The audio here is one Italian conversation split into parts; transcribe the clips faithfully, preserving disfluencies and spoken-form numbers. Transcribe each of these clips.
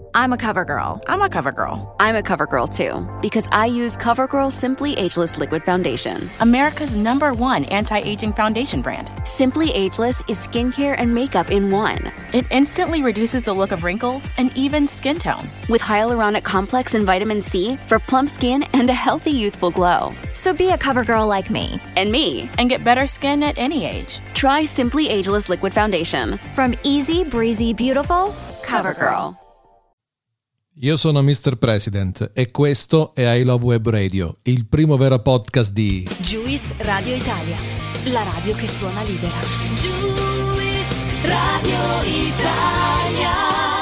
I'm a cover girl. I'm a cover girl. I'm a cover girl too, because I use CoverGirl Simply Ageless Liquid Foundation. America's number one anti-aging foundation brand. Simply Ageless is skincare and makeup in one. It instantly reduces the look of wrinkles and even skin tone. With hyaluronic complex and vitamin C for plump skin and a healthy youthful glow. So be a cover girl like me. And me. And get better skin at any age. Try Simply Ageless Liquid Foundation. From easy, breezy, beautiful, CoverGirl. Io sono mister President e questo è I Love Web Radio, il primo vero podcast di Juice Radio Italia, la radio che suona libera. Juice Radio Italia.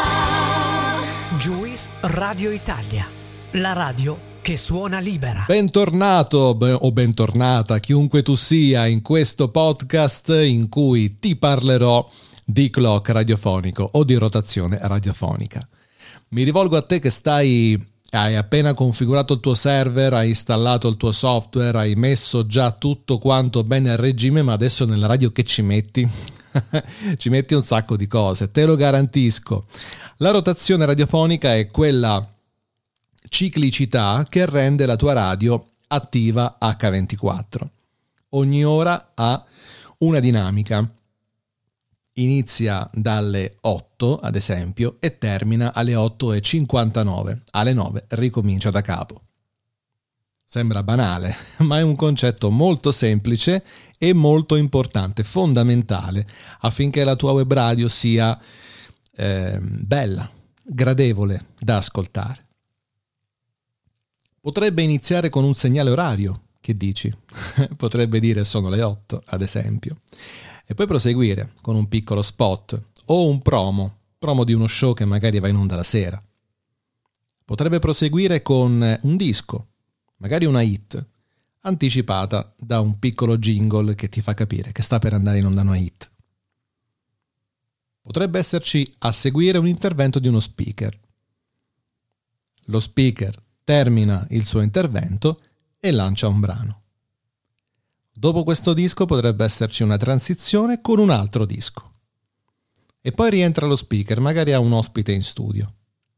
Juice Radio Italia, la radio che suona libera. Bentornato o bentornata chiunque tu sia in questo podcast in cui ti parlerò di clock radiofonico o di rotazione radiofonica. Mi rivolgo a te che stai, hai appena configurato il tuo server, hai installato il tuo software, hai messo già tutto quanto bene a regime, ma adesso nella radio che ci metti? Ci metti un sacco di cose, te lo garantisco. La rotazione radiofonica è quella ciclicità che rende la tua radio attiva acca ventiquattro. Ogni ora ha una dinamica. Inizia dalle otto, ad esempio, e termina alle otto e cinquantanove. Alle nove ricomincia da capo. Sembra banale, ma è un concetto molto semplice e molto importante, fondamentale, affinché la tua web radio sia eh, bella, gradevole da ascoltare. Potrebbe iniziare con un segnale orario, che dici? Potrebbe dire sono le otto, ad esempio. E poi proseguire con un piccolo spot o un promo, promo di uno show che magari va in onda la sera. Potrebbe proseguire con un disco, magari una hit, anticipata da un piccolo jingle che ti fa capire che sta per andare in onda una hit. Potrebbe esserci a seguire un intervento di uno speaker. Lo speaker termina il suo intervento e lancia un brano. Dopo questo disco potrebbe esserci una transizione con un altro disco. E poi rientra lo speaker, magari ha un ospite in studio.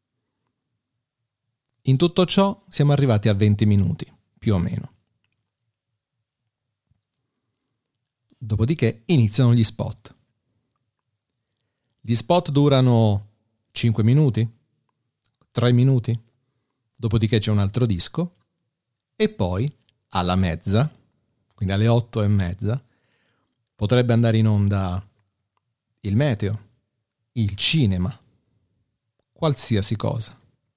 In tutto ciò siamo arrivati a venti minuti, più o meno. Dopodiché iniziano gli spot. Gli spot durano cinque minuti, tre minuti, dopodiché c'è un altro disco e poi alla mezza, quindi alle otto e mezza, potrebbe andare in onda il meteo, il cinema, qualsiasi cosa.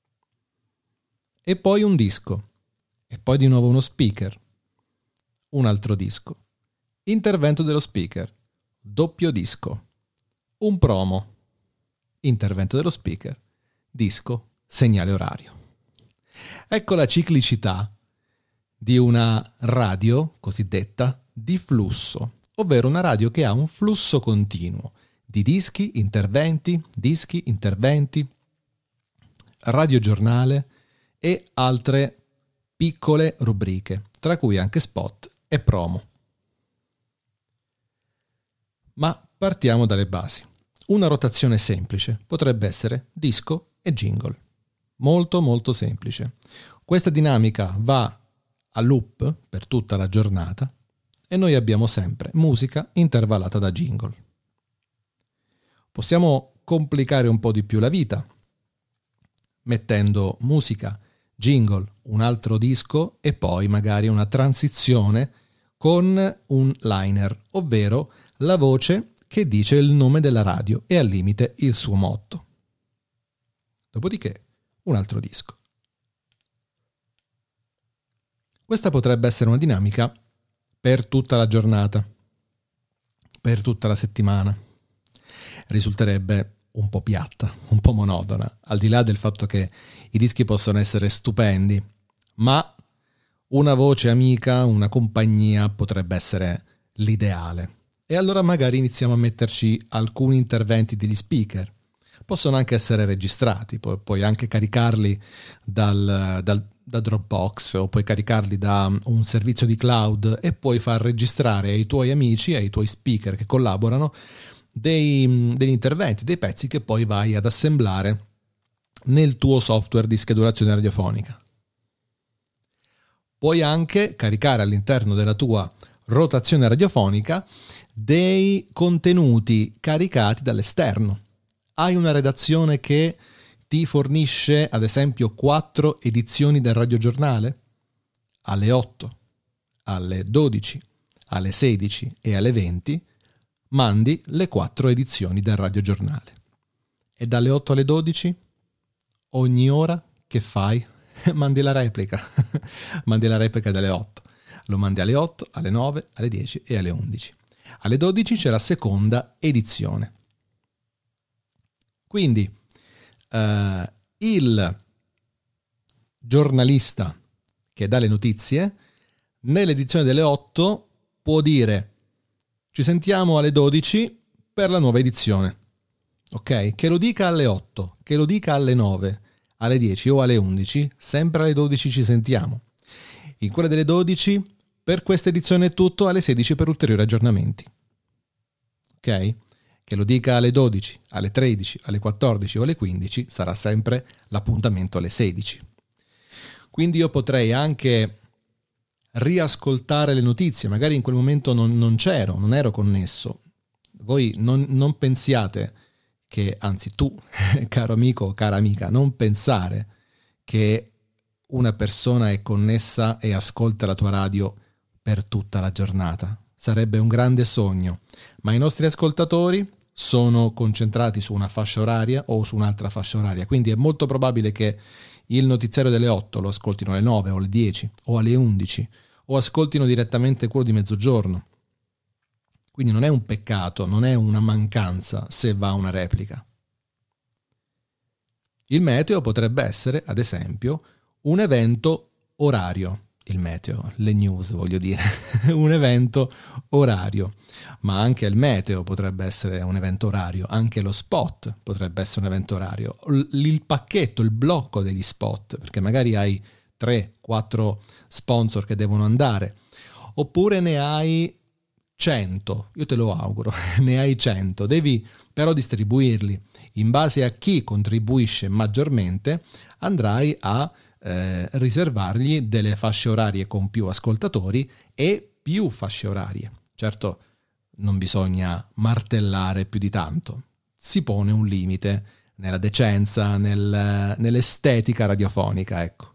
E poi un disco, e poi di nuovo uno speaker, un altro disco, intervento dello speaker, doppio disco, un promo, intervento dello speaker, disco, segnale orario. Ecco la ciclicità di una radio cosiddetta di flusso, ovvero una radio che ha un flusso continuo di dischi, interventi, dischi, interventi, radiogiornale e altre piccole rubriche, tra cui anche spot e promo. Ma partiamo dalle basi. Una rotazione semplice potrebbe essere disco e jingle. Molto molto semplice. Questa dinamica va a loop per tutta la giornata e noi abbiamo sempre musica intervallata da jingle. Possiamo complicare un po' di più la vita mettendo musica, jingle, un altro disco e poi magari una transizione con un liner, ovvero la voce che dice il nome della radio e al limite il suo motto. Dopodiché un altro disco. Questa potrebbe essere una dinamica per tutta la giornata, per tutta la settimana. Risulterebbe un po' piatta, un po' monotona, al di là del fatto che i dischi possono essere stupendi, ma una voce amica, una compagnia potrebbe essere l'ideale. E allora magari iniziamo a metterci alcuni interventi degli speaker. Possono anche essere registrati, pu- puoi anche caricarli dal, dal, da Dropbox o puoi caricarli da un servizio di cloud e puoi far registrare ai tuoi amici, ai tuoi speaker che collaborano, dei, degli interventi, dei pezzi che poi vai ad assemblare nel tuo software di schedulazione radiofonica. Puoi anche caricare all'interno della tua rotazione radiofonica dei contenuti caricati dall'esterno. Hai una redazione che ti fornisce, ad esempio, quattro edizioni del radiogiornale? Alle otto, alle dodici, alle sedici e alle venti mandi le quattro edizioni del radiogiornale. E dalle otto alle dodici, ogni ora che fai, mandi la replica. Mandi la replica delle otto. Lo mandi alle otto, alle nove, alle dieci e alle undici. Alle dodici c'è la seconda edizione. Quindi eh, il giornalista che dà le notizie nell'edizione delle otto può dire: ci sentiamo alle dodici per la nuova edizione. Ok? Che lo dica alle otto, che lo dica alle nove, alle dieci o alle undici, sempre alle dodici ci sentiamo. In quella delle dodici, per questa edizione è tutto, alle sedici per ulteriori aggiornamenti. Ok? Che lo dica alle dodici, alle tredici, alle quattordici o alle quindici, sarà sempre l'appuntamento alle sedici. Quindi io potrei anche riascoltare le notizie, magari in quel momento non, non c'ero, non ero connesso. Voi non, non pensiate che, anzi tu, caro amico o cara amica, non pensare che una persona è connessa e ascolta la tua radio per tutta la giornata. Sarebbe un grande sogno, ma i nostri ascoltatori sono concentrati su una fascia oraria o su un'altra fascia oraria, quindi è molto probabile che il notiziario delle otto lo ascoltino alle nove o alle dieci o alle undici o ascoltino direttamente quello di mezzogiorno. Quindi non è un peccato, non è una mancanza se va una replica. Il meteo potrebbe essere, ad esempio, un evento orario. Il meteo, le news voglio dire, un evento orario. Ma anche il meteo potrebbe essere un evento orario, anche lo spot potrebbe essere un evento orario. Il pacchetto, il blocco degli spot, perché magari hai tre quattro sponsor che devono andare, oppure ne hai cento, io te lo auguro, ne hai cento, devi però distribuirli. In base a chi contribuisce maggiormente andrai a eh, riservargli delle fasce orarie con più ascoltatori e più fasce orarie. Certo, non bisogna martellare più di tanto, si pone un limite nella decenza, nel, nell'estetica radiofonica, ecco.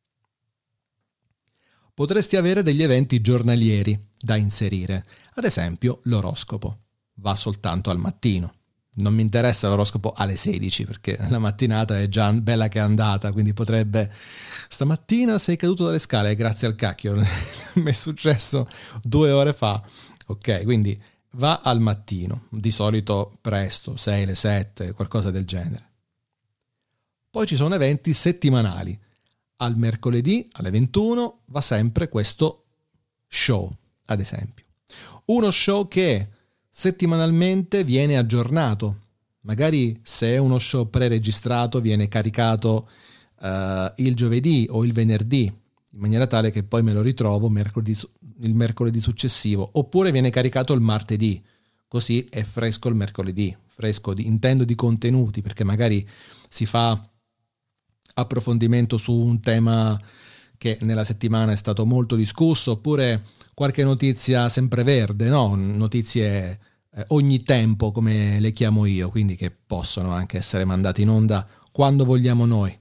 Potresti avere degli eventi giornalieri da inserire, ad esempio l'oroscopo. Va soltanto al mattino. Non mi interessa l'oroscopo alle sedici perché la mattinata è già bella che è andata, quindi potrebbe: stamattina sei caduto dalle scale grazie al cacchio, mi è successo due ore fa. Ok, quindi va al mattino, di solito presto, sei, le sette, qualcosa del genere. Poi ci sono eventi settimanali. Al mercoledì alle ventuno va sempre questo show, ad esempio. Uno show che settimanalmente viene aggiornato. Magari se è uno show pre-registrato viene caricato uh, il giovedì o il venerdì, in maniera tale che poi me lo ritrovo mercoledì, il mercoledì successivo. Oppure viene caricato il martedì, così è fresco il mercoledì. Fresco di, intendo di contenuti, perché magari si fa approfondimento su un tema che nella settimana è stato molto discusso, oppure qualche notizia sempreverde, no? Notizie eh, ogni tempo, come le chiamo io, quindi che possono anche essere mandate in onda quando vogliamo noi.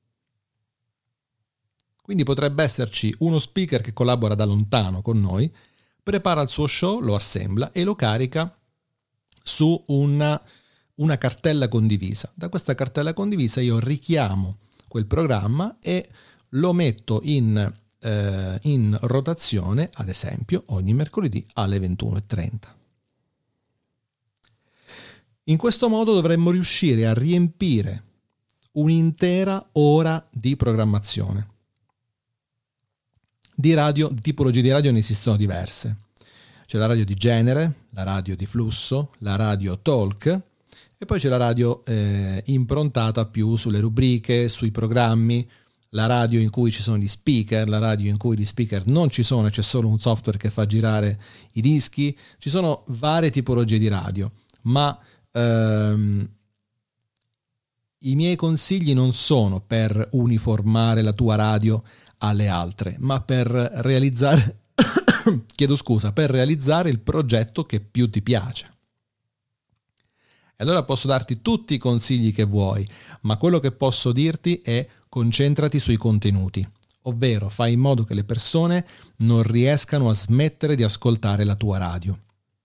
Quindi potrebbe esserci uno speaker che collabora da lontano con noi, prepara il suo show, lo assembla e lo carica su una, una cartella condivisa. Da questa cartella condivisa io richiamo quel programma e lo metto in, eh, in rotazione, ad esempio, ogni mercoledì alle ventuno e trenta. In questo modo dovremmo riuscire a riempire un'intera ora di programmazione. Di radio, di tipologie di radio ne esistono diverse. C'è la radio di genere, la radio di flusso, la radio talk, e poi c'è la radio eh, improntata più sulle rubriche, sui programmi, la radio in cui ci sono gli speaker, la radio in cui gli speaker non ci sono e c'è solo un software che fa girare i dischi. Ci sono varie tipologie di radio, ma ehm, i miei consigli non sono per uniformare la tua radio alle altre, ma per realizzare chiedo scusa, per realizzare il progetto che più ti piace. E allora posso darti tutti i consigli che vuoi, ma quello che posso dirti è concentrati sui contenuti, ovvero fai in modo che le persone non riescano a smettere di ascoltare la tua radio.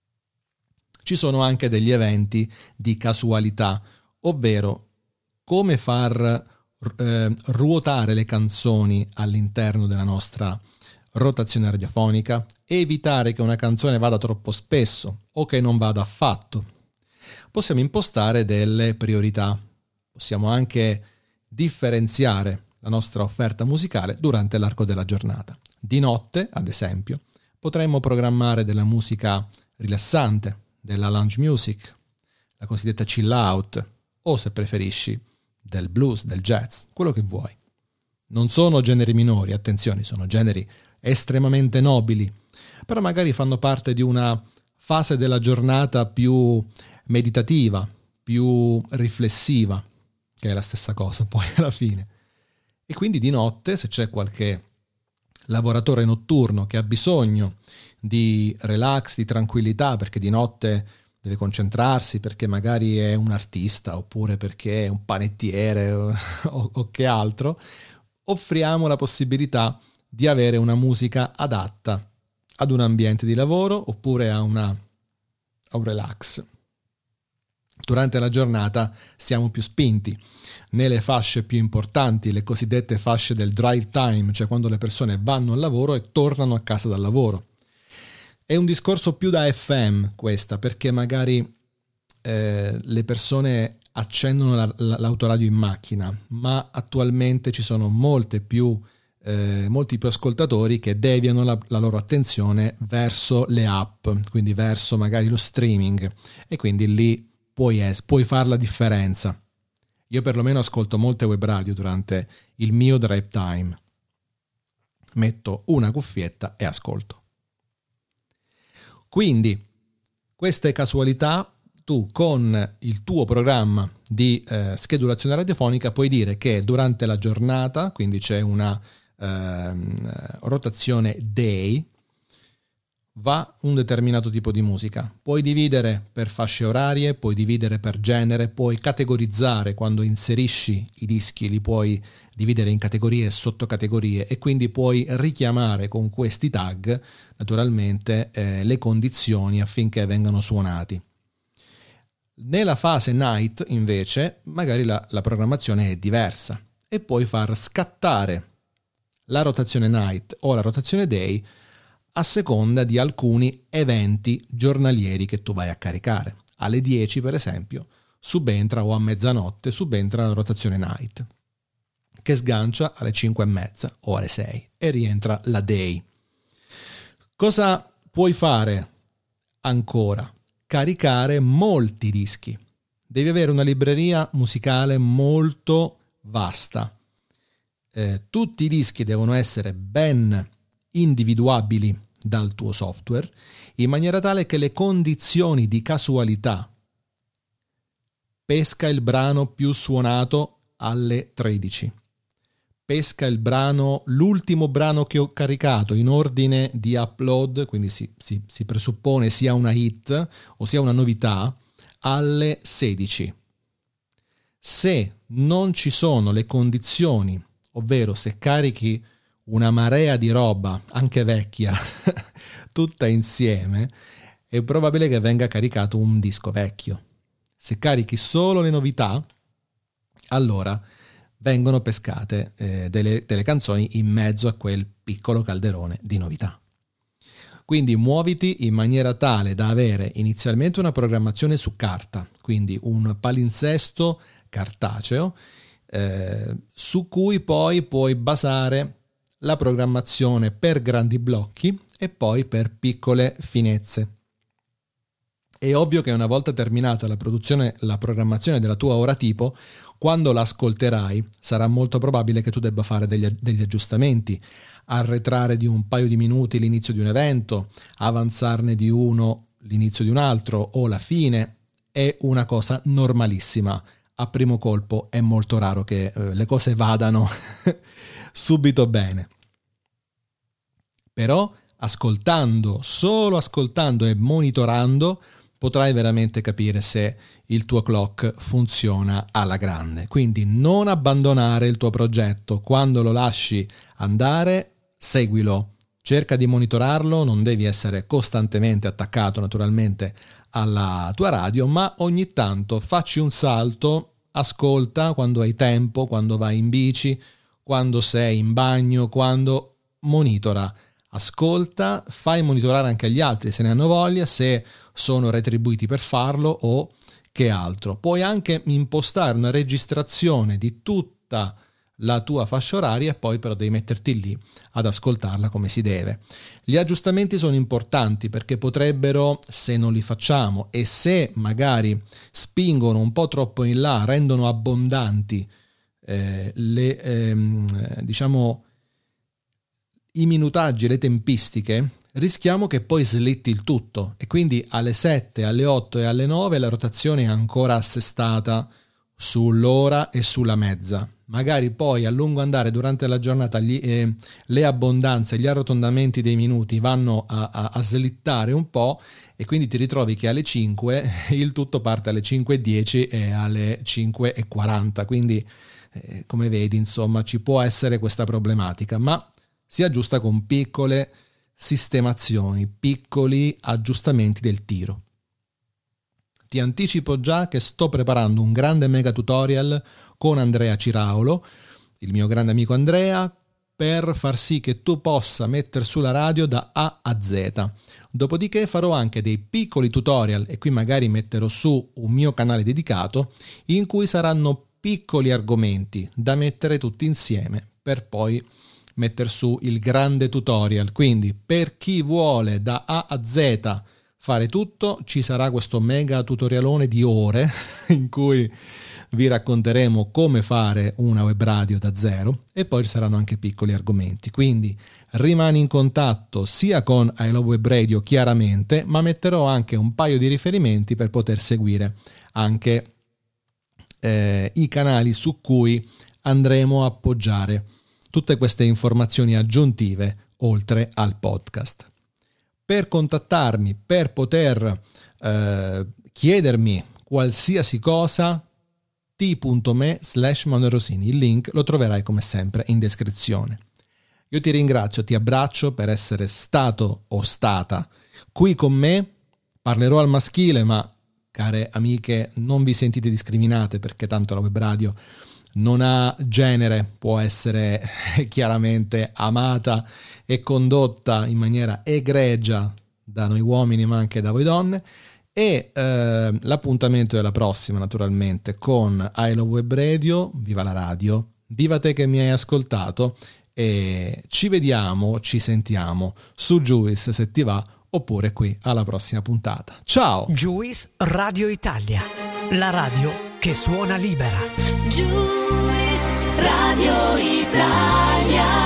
Ci sono anche degli eventi di casualità, ovvero come far eh, ruotare le canzoni all'interno della nostra rotazione radiofonica, evitare che una canzone vada troppo spesso o che non vada affatto. Possiamo impostare delle priorità, possiamo anche differenziare la nostra offerta musicale durante l'arco della giornata. Di notte, ad esempio, potremmo programmare della musica rilassante, della lounge music, la cosiddetta chill out, o se preferisci del blues, del jazz, quello che vuoi. Non sono generi minori, attenzione, sono generi estremamente nobili, però magari fanno parte di una fase della giornata più meditativa, più riflessiva, che è la stessa cosa poi alla fine. E quindi di notte, se c'è qualche lavoratore notturno che ha bisogno di relax, di tranquillità, perché di notte deve concentrarsi, perché magari è un artista oppure perché è un panettiere o, o, o che altro, offriamo la possibilità di avere una musica adatta ad un ambiente di lavoro oppure a, una, a un relax. Durante la giornata siamo più spinti. Nelle fasce più importanti, le cosiddette fasce del drive time, cioè quando le persone vanno al lavoro e tornano a casa dal lavoro. È un discorso più da F M questa, perché magari eh, le persone accendono la, la, l'autoradio in macchina, ma attualmente ci sono molte più Eh, molti più ascoltatori che deviano la, la loro attenzione verso le app, quindi verso magari lo streaming, e quindi lì puoi, es- puoi fare la differenza. Io perlomeno ascolto molte web radio durante il mio drive time, metto una cuffietta e ascolto. Quindi queste casualità tu con il tuo programma di eh, schedulazione radiofonica puoi dire che durante la giornata, quindi c'è una Uh, rotazione day, va un determinato tipo di musica. Puoi dividere per fasce orarie, puoi dividere per genere, puoi categorizzare quando inserisci i dischi, li puoi dividere in categorie e sottocategorie, e quindi puoi richiamare con questi tag naturalmente eh, le condizioni affinché vengano suonati. Nella fase night invece magari la, la programmazione è diversa e puoi far scattare la rotazione night o la rotazione day a seconda di alcuni eventi giornalieri che tu vai a caricare. Alle dieci, per esempio, subentra, o a mezzanotte subentra la rotazione night, che sgancia alle cinque e mezza o alle sei e rientra la day. Cosa puoi fare ancora? Caricare molti dischi. Devi avere una libreria musicale molto vasta. Eh, tutti i dischi devono essere ben individuabili dal tuo software, in maniera tale che le condizioni di casualità, pesca il brano più suonato alle tredici, pesca il brano, l'ultimo brano che ho caricato in ordine di upload, quindi si, si, si presuppone sia una hit o sia una novità, alle sedici. Se non ci sono le condizioni, ovvero se carichi una marea di roba, anche vecchia, tutta insieme, è probabile che venga caricato un disco vecchio. Se carichi solo le novità, allora vengono pescate eh, delle, delle canzoni in mezzo a quel piccolo calderone di novità. Quindi muoviti in maniera tale da avere inizialmente una programmazione su carta, quindi un palinsesto cartaceo, Eh, su cui poi puoi basare la programmazione per grandi blocchi e poi per piccole finezze. È ovvio che una volta terminata la produzione, la programmazione della tua ora tipo, quando l'ascolterai sarà molto probabile che tu debba fare degli, degli aggiustamenti, arretrare di un paio di minuti l'inizio di un evento, avanzarne di uno l'inizio di un altro o la fine. È una cosa normalissima. a primo colpo è molto raro che eh, le cose vadano subito bene. Però ascoltando, solo ascoltando e monitorando, potrai veramente capire se il tuo clock funziona alla grande. Quindi non abbandonare il tuo progetto. Quando lo lasci andare, seguilo. Cerca di monitorarlo, non devi essere costantemente attaccato naturalmente alla tua radio, ma ogni tanto facci un salto, ascolta quando hai tempo, quando vai in bici, quando sei in bagno, quando monitora. Ascolta, fai monitorare anche agli altri se ne hanno voglia, se sono retribuiti per farlo o che altro. Puoi anche impostare una registrazione di tutta la tua fascia oraria e poi però devi metterti lì ad ascoltarla come si deve. Gli aggiustamenti sono importanti perché potrebbero, se non li facciamo e se magari spingono un po' troppo in là, rendono abbondanti eh, le ehm, diciamo i minutaggi, le tempistiche, rischiamo che poi slitti il tutto e quindi alle sette, alle otto e alle nove la rotazione è ancora assestata sull'ora e sulla mezza. Magari poi a lungo andare durante la giornata gli, eh, le abbondanze, gli arrotondamenti dei minuti vanno a, a, a slittare un po' e quindi ti ritrovi che alle cinque il tutto parte alle cinque e dieci e alle cinque e quaranta. Quindi eh, come vedi, insomma, ci può essere questa problematica, ma si aggiusta con piccole sistemazioni, piccoli aggiustamenti del tiro. Ti anticipo già che sto preparando un grande mega tutorial con Andrea Ciraulo, il mio grande amico Andrea, per far sì che tu possa mettere sulla radio da A a Z. Dopodiché farò anche dei piccoli tutorial e qui magari metterò su un mio canale dedicato in cui saranno piccoli argomenti da mettere tutti insieme per poi mettere su il grande tutorial. Quindi per chi vuole da A a Z fare tutto, ci sarà questo mega tutorialone di ore in cui vi racconteremo come fare una web radio da zero e poi ci saranno anche piccoli argomenti. Quindi rimani in contatto sia con I Love Web Radio chiaramente, ma metterò anche un paio di riferimenti per poter seguire anche eh, i canali su cui andremo a appoggiare tutte queste informazioni aggiuntive oltre al podcast. Per contattarmi, per poter eh, chiedermi qualsiasi cosa, t.me slash manuelrosini. Il link lo troverai come sempre in descrizione. Io ti ringrazio, ti abbraccio per essere stato o stata qui con me. Parlerò al maschile, ma care amiche, non vi sentite discriminate perché tanto la web radio non ha genere, può essere chiaramente amata e condotta in maniera egregia da noi uomini ma anche da voi donne. E eh, l'appuntamento è la prossima naturalmente con I Love Web Radio. Viva la radio, viva te che mi hai ascoltato e ci vediamo, ci sentiamo su Juice se ti va oppure qui alla prossima puntata. Ciao! Juice Radio Italia, la radio che suona libera. Juice Radio Italia.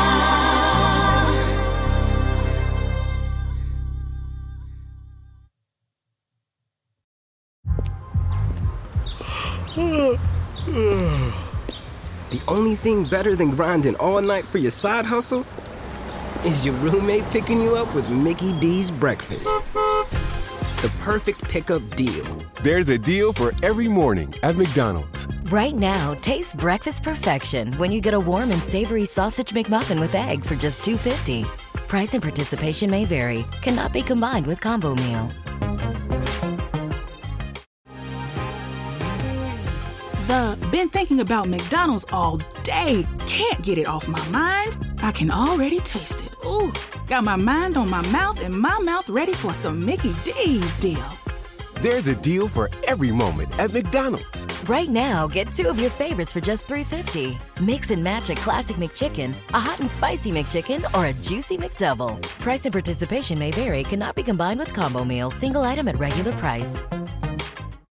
The only thing better than grinding all night for your side hustle is your roommate picking you up with Mickey D's breakfast. The perfect pickup deal. There's a deal for every morning at McDonald's. Right now, taste breakfast perfection when you get a warm and savory sausage McMuffin with egg for just two fifty. Price and participation may vary. Cannot be combined with combo meal. The been thinking about McDonald's all day. Can't get it off my mind. I can already taste it. Ooh, got my mind on my mouth and my mouth ready for some Mickey D's deal. There's a deal for every moment at McDonald's. Right now, get two of your favorites for just three fifty. Mix and match a classic McChicken, a hot and spicy McChicken, or a juicy McDouble. Price and participation may vary. Cannot be combined with combo meal. Single item at regular price.